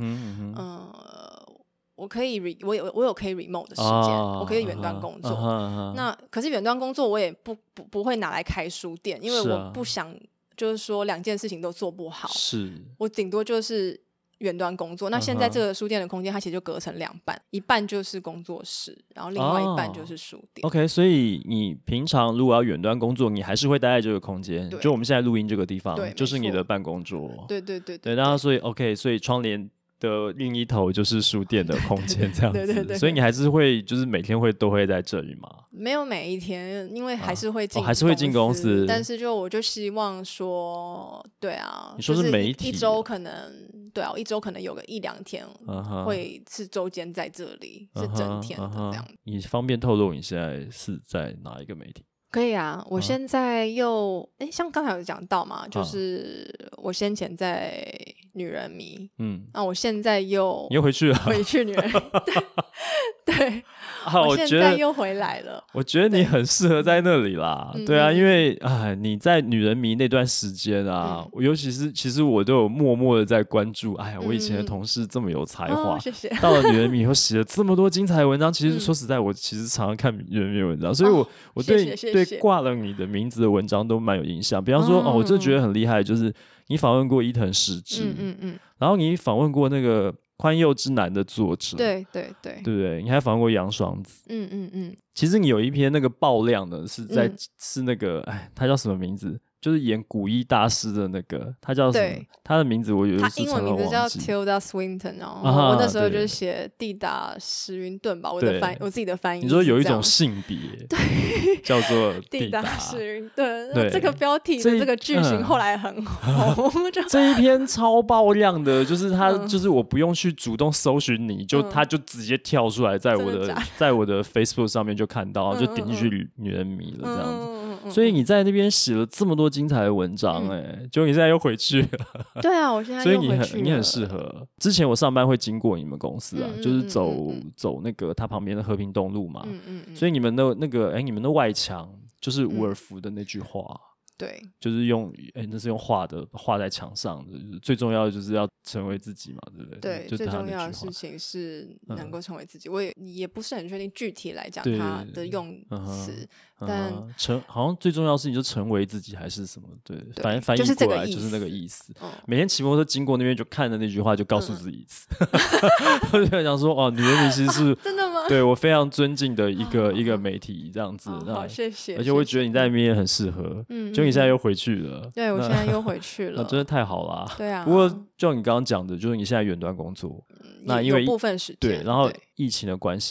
我可以我有可以 remote 的时间，我可以远端工作。那可是远端工作我也不会拿来开书店，因为我不想就是说两件事情都做不好。是，我顶多就是远端工作。那现在这个书店的空间它其实就隔成2半，一半就是工作室，然后另外一半就是书店。 OK， 所以你平常如果要远端工作，你还是会待在这个空间，就我们现在录音这个地方就是你的办公桌。对，然后所以 OK， 所以窗帘的另一头就是书店的空间这样子。对，所以你还是会就是每天都会在这里吗？ 没有每一天，因为还是会进公司， 但是我就希望说，对啊， 你说是媒体， 一周可能一周可能有个1-2天会是周间在这里，是整天的这样。 你方便透露你现在是在哪一个媒体？ 可以啊，我现在又像刚才有讲到嘛，就是我先前在女人迷，那我现在你又回去了， 回去女人迷，对，我现在又回来了。 我觉得你很适合在那里啦，对啊，因为你在女人迷那段时间啊，尤其是其实我都有默默的在关注，我以前的同事这么有才华， 谢谢。 到了女人迷以后写了这么多精彩的文章，其实说实在，我其实常常看女人迷的文章，所以我对挂了你的名字的文章都蛮有印象。比方说我真的觉得很厉害，就是你访问过伊藤诗织，然后你访问过那个宽宥之男的作者，对不对？你还访问过杨爽子，其实你有一篇那个爆量的是那个他叫什么名字？就是演古一大师的那个，他叫什么？他的名字我有一次他英文名字叫 Tilda Swinton， 然后我那时候就写蒂达史云顿吧，我自己的翻译。 你说有一种性别，对，叫做蒂达史云顿。对，这个标题的这个句型后来很红。 这一篇超爆量的，就是他，就是我不用去主动搜寻你，他就直接跳出来，在我的 Facebook 上面就看到，就点进去女人迷了这样子。所以你在那边写了这么多精彩的文章，结果你现在又回去了。 对啊，我现在又回去了。 所以你很适合。之前我上班会经过你们公司啊，就是走那个它旁边的和平东路嘛。所以你们的那个你们的外墙就是伍尔夫的那句话。 对， 就是那是用画在墙上的，就是最重要的就是要成为自己嘛，对不对？ 对，最重要的事情是能够成为自己。我也不是很确定具体来讲它的用词，但好像最重要的事情就成为自己还是什么？对，反正翻译过来就是那个意思。每天骑摩托车经过那边就看着那句话，就告诉自己一次。我就想说，女人迷其实是真的吗？ 对我非常尊敬的一个媒体这样子。 好，谢谢。 而且我觉得你在那边也很适合。就你现在又回去了， 对，我现在又回去了， 真的太好了。 对啊， 不过就你刚刚讲的，就是你现在远端工作，那因为有部分时间对，然后疫情的关系，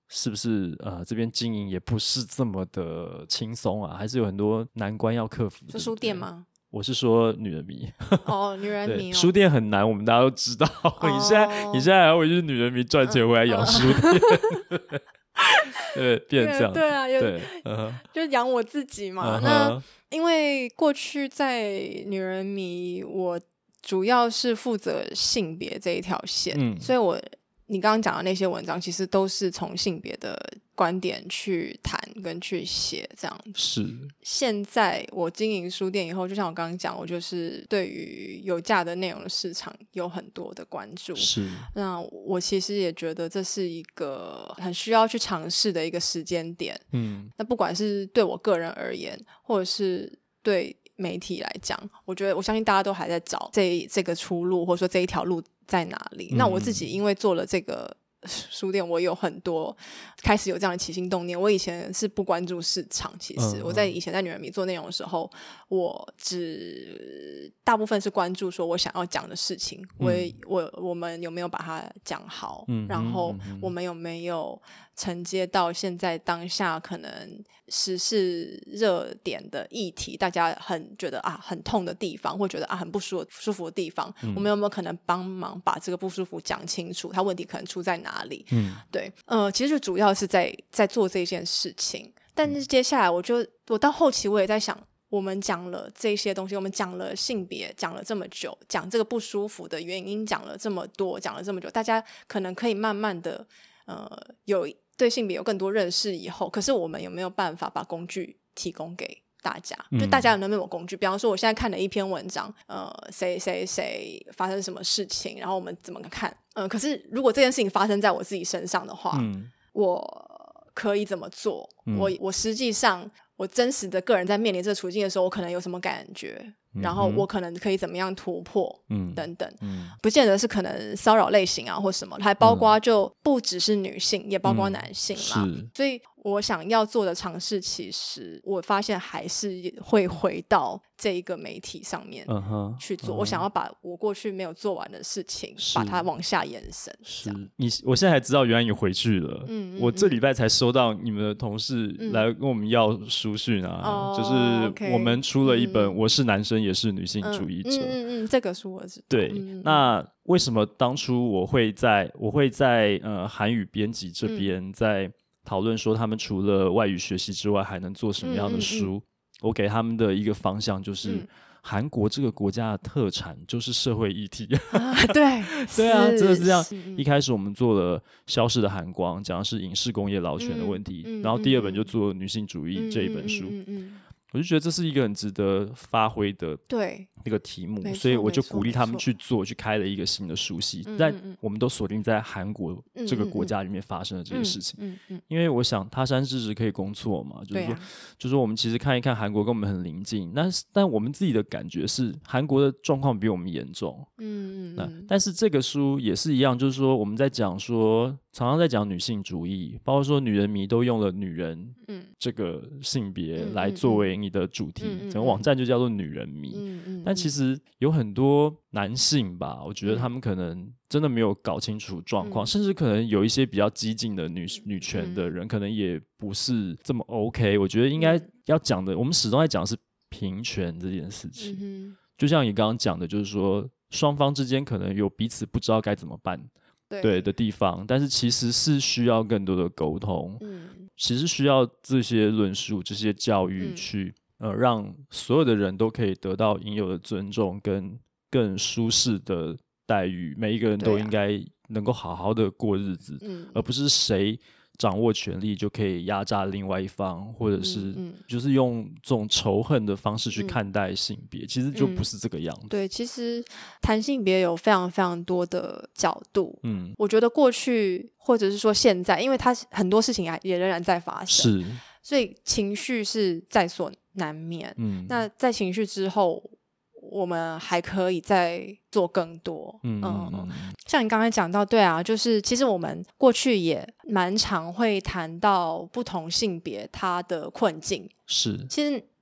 是不是这边经营也不是这么的轻松啊，还是有很多难关要克服。 是书店吗？ 我是说女人迷。 哦，女人迷。 书店很难，我们大家都知道。你现在还要回去女人迷赚钱回来养书店。对，变成这样。 对啊，对，就养我自己嘛。那因为过去在女人迷，我主要是负责性别这一条线，所以你刚刚讲的那些文章其实都是从性别的观点去谈跟去写这样。 是。 现在我经营书店以后，就像我刚刚讲，我就是对于有价的内容的市场有很多的关注。 是。那我其实也觉得这是一个很需要去尝试的一个时间点。那不管是对我个人而言，或者是对媒体来讲，我相信大家都还在找这个出路，或者说这一条路在哪里。那我自己因为做了这个书店，我有很多开始有这样的起心动念。我以前是不关注市场，其实我以前在女人迷做内容的时候，我大部分是关注说我想要讲的事情，我们有没有把它讲好，然后我们有没有承接到现在当下可能时事热点的议题，大家很觉得很痛的地方，或觉得很不舒服的地方，我们有没有可能帮忙把这个不舒服讲清楚，它问题可能出在哪里。对，其实就主要是在做这件事情。但是接下来我到后期我也在想，我们讲了这些东西，我们讲了性别讲了这么久，讲这个不舒服的原因讲了这么多，讲了这么久，大家可能可以慢慢的对性别有更多认识以后，可是我们有没有办法把工具提供给大家？就大家有没有工具？比方说我现在看了一篇文章，谁发生什么事情，然后我们怎么看？可是如果这件事情发生在我自己身上的话，我可以怎么做？我实际上我真实的个人在面临这个处境的时候，我可能有什么感觉？然后我可能可以怎么样突破，等等，不见得是可能骚扰类型啊或什么，还包括就不只是女性，也包括男性啦。所以我想要做的尝试，其实我发现还是会回到这一个媒体上面去做。我想要把我过去没有做完的事情，把它往下延伸。 是我现在才知道，原来你回去了。我这礼拜才收到你们的同事来跟我们要书讯啊，就是我们出了一本《我是男生也是女性主义者》。 这个书我知道。 对，那为什么当初我会在韩语编辑这边在讨论说他们除了外语学习之外还能做什么样的书？我给他们的一个方向就是韩国这个国家的特产就是社会议题。 对对啊，真的是这样。一开始我们做了《消失的韩光》，讲的是影视工业劳权的问题，然后第二本就做女性主义这一本书。我就觉得这是一个很值得发挥的一个题目，所以我就鼓励他们去做，去开了一个新的书系，但我们都锁定在韩国这个国家里面发生的这个事情。因为我想他山之石可以攻错嘛，就是说我们其实看一看韩国跟我们很邻近，但我们自己的感觉是韩国的状况比我们严重。但是这个书也是一样，就是说我们在讲说常常在讲女性主义，包括说女人迷都用了女人这个性别来作为你的主题，整个网站就叫做女人迷。但其实有很多男性吧，我觉得他们可能真的没有搞清楚状况，甚至可能有一些比较激进的女权的人，可能也不是这么 OK。我觉得应该要讲的，我们始终在讲的是平权这件事情。就像你刚刚讲的，就是说双方之间可能有彼此不知道该怎么办对的地方，但是其实是需要更多的沟通。其实需要这些论述、这些教育去让所有的人都可以得到应有的尊重跟更舒适的待遇，每一个人都应该能够好好的过日子，而不是谁掌握权力就可以压榨另外一方，或者是就是用这种仇恨的方式去看待性别，其实就不是这个样子。 对，其实谈性别有非常非常多的角度。我觉得过去或者是说现在，因为它很多事情也仍然在发生，所以情绪是在所难免。那在情绪之后，我们还可以再做更多。像你刚才讲到，对啊，就是其实我们过去也蛮常会谈到不同性别他的困境。 是， 其实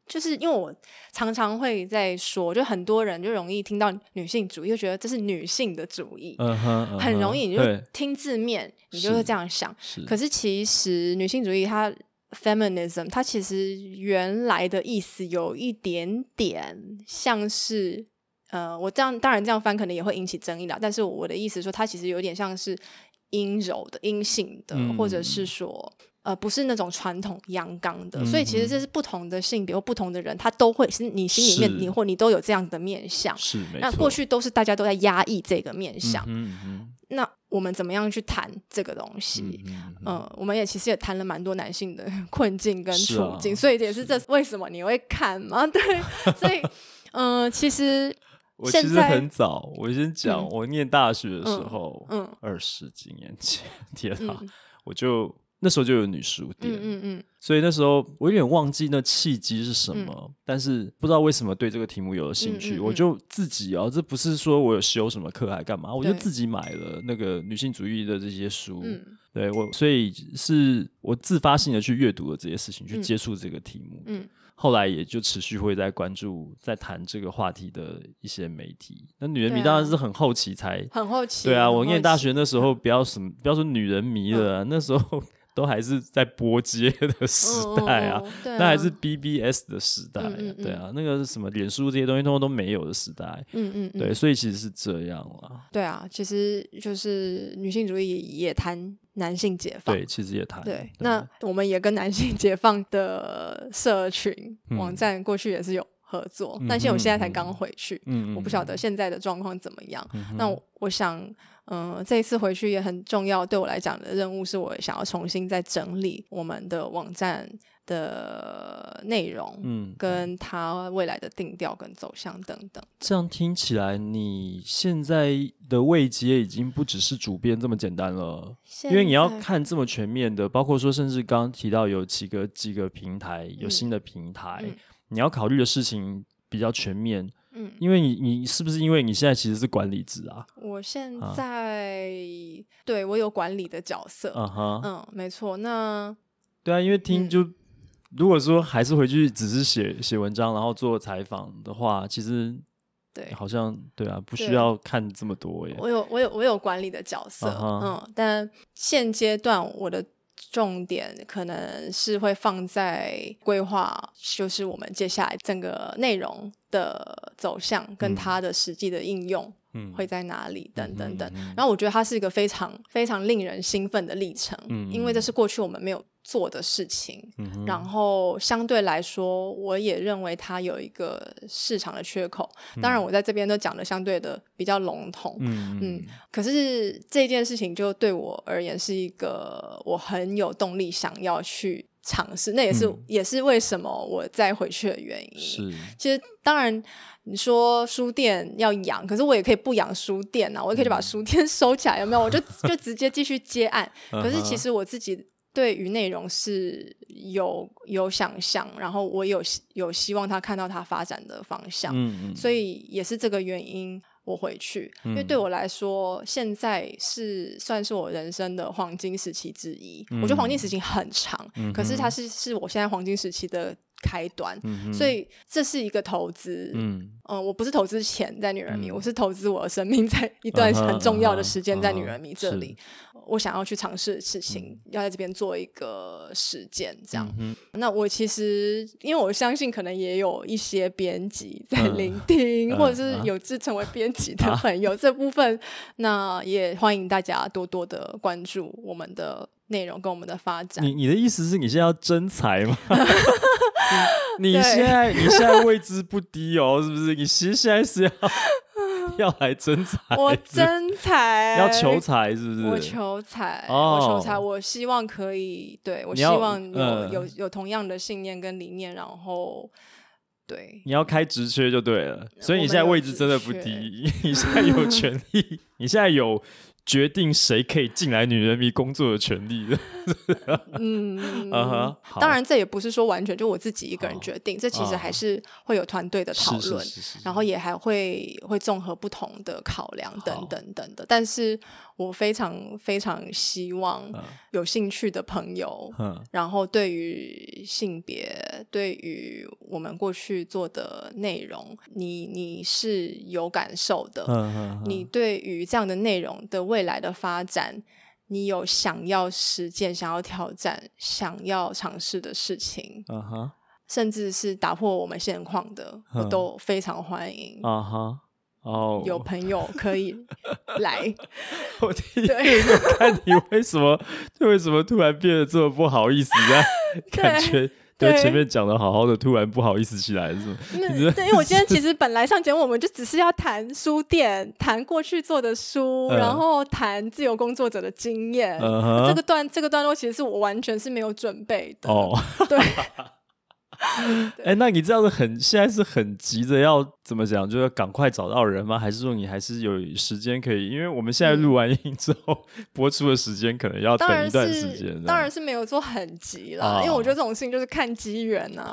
就是因为我常常会在说，就很多人就容易听到女性主义就觉得这是女性的主义，很容易你就听字面你就会这样想，可是其实女性主义它 feminism 它其实原来的意思有一点点像是我当然这样翻可能也会引起争议啦，但是我的意思说它其实有点像是阴柔的阴性的，或者是说不是那种传统阳刚的，所以其实这是不同的性别或不同的人他都会是你心里面你都有这样的面向， 是没错， 那过去都是大家都在压抑这个面向，那我们怎么样去谈这个东西？我们其实也谈了蛮多男性的困境跟处境，所以也是这为什么你会看嘛？对，所以其实我其实很早，我先讲，我念大学的时候，20几年前，天啊，我就那时候就有女书店，所以那时候我有点忘记那契机是什么，但是不知道为什么对这个题目有了兴趣，我就自己这不是说我有修什么课还干嘛，我就自己买了那个女性主义的这些书，对所以是我自发性的去阅读了这些事情，去接触这个题目，后来也就持续会在关注在谈这个话题的一些媒体。那女人迷当然是很后期才很后期， 对啊，我念大学那时候不要说女人迷了，那时候都还是在播街的时代啊，那还是 BBS 的时代，对啊，那个什么脸书这些东西通通都没有的时代，对，所以其实是这样啦。 对啊，其实就是女性主义也谈男性解放， 对，其实也谈。 对，那我们也跟男性解放的社群网站过去也是有合作，但是我现在才刚回去，我不晓得现在的状况怎么样。那我想这一次回去也很重要，对我来讲的任务是我想要重新再整理我们的网站的内容，跟它未来的定调跟走向等等。 这样听起来你现在的位阶已经不只是主编这么简单了，因为你要看这么全面的，包括说甚至刚刚提到有几个平台，有新的平台，你要考虑的事情比较全面，因为你是不是因为你现在其实是管理职啊？我现在对我有管理的角色，没错。那对啊，因为听就如果说还是回去只是写文章，然后做采访的话，其实对好像对啊，不需要看这么多耶。 我有管理的角色，但现阶段我的重点可能是会放在规划，就是我们接下来整个内容的走向跟它的实际的应用会在哪里等等等。然后我觉得它是一个非常非常令人兴奋的历程，因为这是过去我们没有做的事情，然后相对来说我也认为它有一个市场的缺口，当然我在这边都讲的相对的比较笼统，可是这件事情就对我而言是一个我很有动力想要去尝试，那也是为什么我再回去的原因。是，其实当然你说书店要养，可是我也可以不养书店啊，我也可以就把书店收起来，有没有？我就直接继续接案。可是其实我自己对于内容是有想象，然后我有希望他看到他发展的方向，所以也是这个原因我回去，因为对我来说现在算是我人生的黄金时期之一，我觉得黄金时期很长，可是它是我现在黄金时期的开端，所以这是一个投资，我不是投资钱在女人迷，我是投资我的生命在一段很重要的时间在女人迷这里，我想要去尝试的事情要在这边做一个实践这样。那我其实因为我相信可能也有一些编辑在聆听，或者是有志成为编辑的朋友，这部分那也欢迎大家多多的关注我们的内容跟我们的发展。 你的意思是你现在要征才吗？你现在位置不低哦，是不是？你其实现在是要来征才， 我征才要求才，是不是？ 我求才，我求才，我希望可以，对，我希望有同样的信念跟理念，然后对， 你要开职缺就对了，所以你现在位置真的不低，你现在有权利，你现在有决定谁可以进来女人迷工作的权利的。 当然这也不是说完全就我自己一个人决定，这其实还是会有团队的讨论，然后也还会综合不同的考量等等等的。但是我非常非常希望有兴趣的朋友，然后对于性别，对于我们过去做的内容，你是有感受的，你对于这样的内容的未来的发展，你有想要实践、想要挑战、想要尝试的事情，甚至是打破我们现况的，我都非常欢迎。有朋友可以来。 我第一个看你为什么突然变得这么不好意思这样感觉，对前面讲的好好的突然不好意思起来是吗？ 对，因为我今天其实本来上节目我们就只是要谈书店，谈过去做的书，然后谈自由工作者的经验，这个段落其实是我完全是没有准备的。对。 那你这样子现在是很急着要怎么讲，就是赶快找到人吗？还是说你还是有时间可以？因为我们现在录完音之后，播出的时间可能要等一段时间。 当然是没有说很急啦，因为我觉得这种事情就是看机缘啊。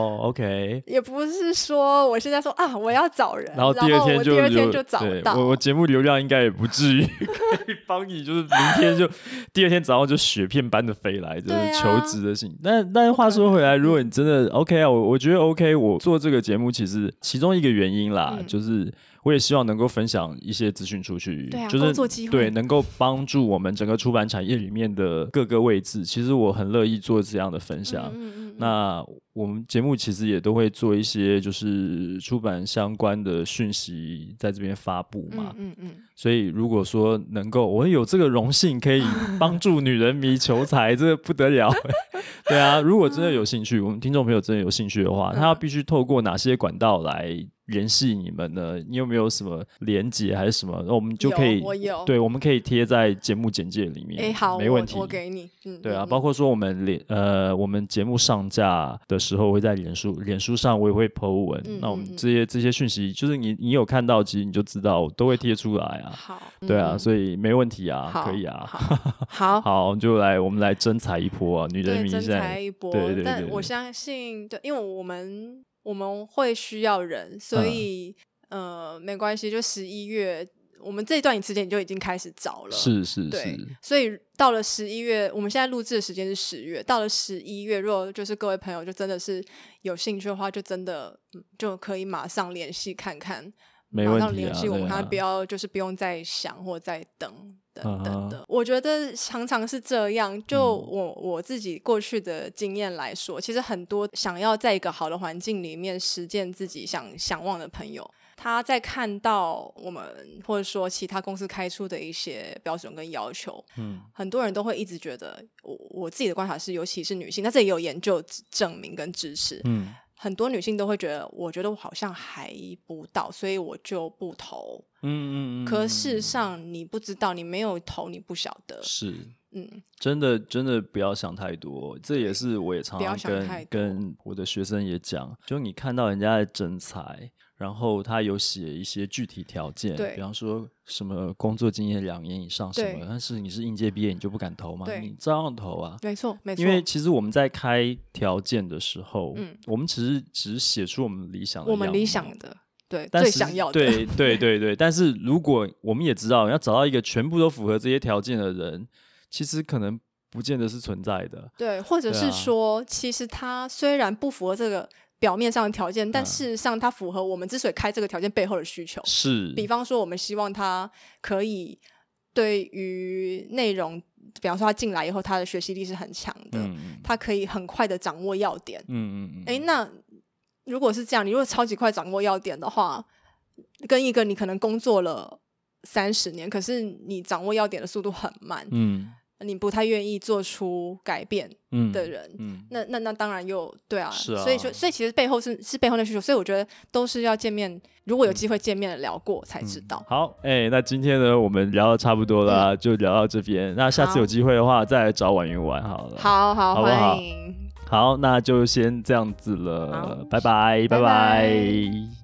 OK， 也不是说我现在说我要找人， 然后第二天就找到。 我节目流量应该也不至于可以帮你，就是明天就第二天早上就雪片般的飞来，就是求职的信。但话说回来，如果你真的 OK 啊，我觉得 OK， 我做这个节目其实其中一个原因啦，就是我也希望能够分享一些资讯出去，就是工作机会， 对，能够帮助我们整个出版产业里面的各个位置。其实我很乐意做这样的分享。那我们节目其实也都会做一些就是出版相关的讯息在这边发布嘛。所以如果说能够我有这个荣幸可以帮助女人迷求财，这个不得了。对啊，如果真的有兴趣，我们听众朋友真的有兴趣的话，他要必须透过哪些管道来联系你们呢？你有没有什么连结还是什么？我们就可以， 我有， 对，我们可以贴在节目简介里面。 好， 没问题， 我给你。 对啊，包括说我们节目上架的时候会在脸书上我也会 po 文。那我们这些讯息，就是你有看到，其实你就知道，我都会贴出来啊。 好， 对啊，所以没问题啊，可以啊。好，我们来征才一波啊，女人迷现在征才一波。 对， 但我相信，对，因为我们会需要人，所以没关系，就11月，我们这一段时间就已经开始找了。是，对，所以到了11月，我们现在录制的时间是10月，到了11月，如果就是各位朋友就真的是有兴趣的话，就真的就可以马上联系看看， 没问题啊， 马上联系我们，他不用再想或再等的。我觉得常常是这样，就我自己过去的经验来说，其实很多想要在一个好的环境里面实践自己想望的朋友，他在看到我们或者说其他公司开出的一些标准跟要求，很多人都会一直觉得，我自己的观察是，尤其是女性，那这也有研究证明跟支持，很多女性都会觉得，我觉得我好像还不到，所以我就不投。可事实上你不知道，你没有投，你不晓得。是， 真的不要想太多。这也是我也常常跟我的学生也讲，就你看到人家的征才，然后他有写一些具体条件，比方说什么工作经验2年以上什么，但是你是应届毕业，你就不敢投吗？你照样投啊。 没错。 因为其实我们在开条件的时候，我们只是写出我们理想的样子， 我们理想的，对，最想要的。 对。但是如果我们也知道，要找到一个全部都符合这些条件的人，其实可能不见得是存在的。 对，或者是说，其实他虽然不符合这个表面上的条件，但事实上它符合我们之所以开这个条件背后的需求。 是， 比方说我们希望他可以对于内容，比方说他进来以后他的学习力是很强的，他可以很快的掌握要点。那如果是这样，你如果超级快掌握要点的话，跟一个你可能工作了30年，可是你掌握要点的速度很慢，你不太愿意做出改变的人，那当然又对啊， 是啊， 所以其实背后是背后的需求，所以我觉得都是要见面，如果有机会见面聊过才知道。 好，那今天呢我们聊得差不多了，就聊到这边。那下次有机会的话，再来找婉云玩好了。 好， 欢迎。好，那就先这样子了，拜拜。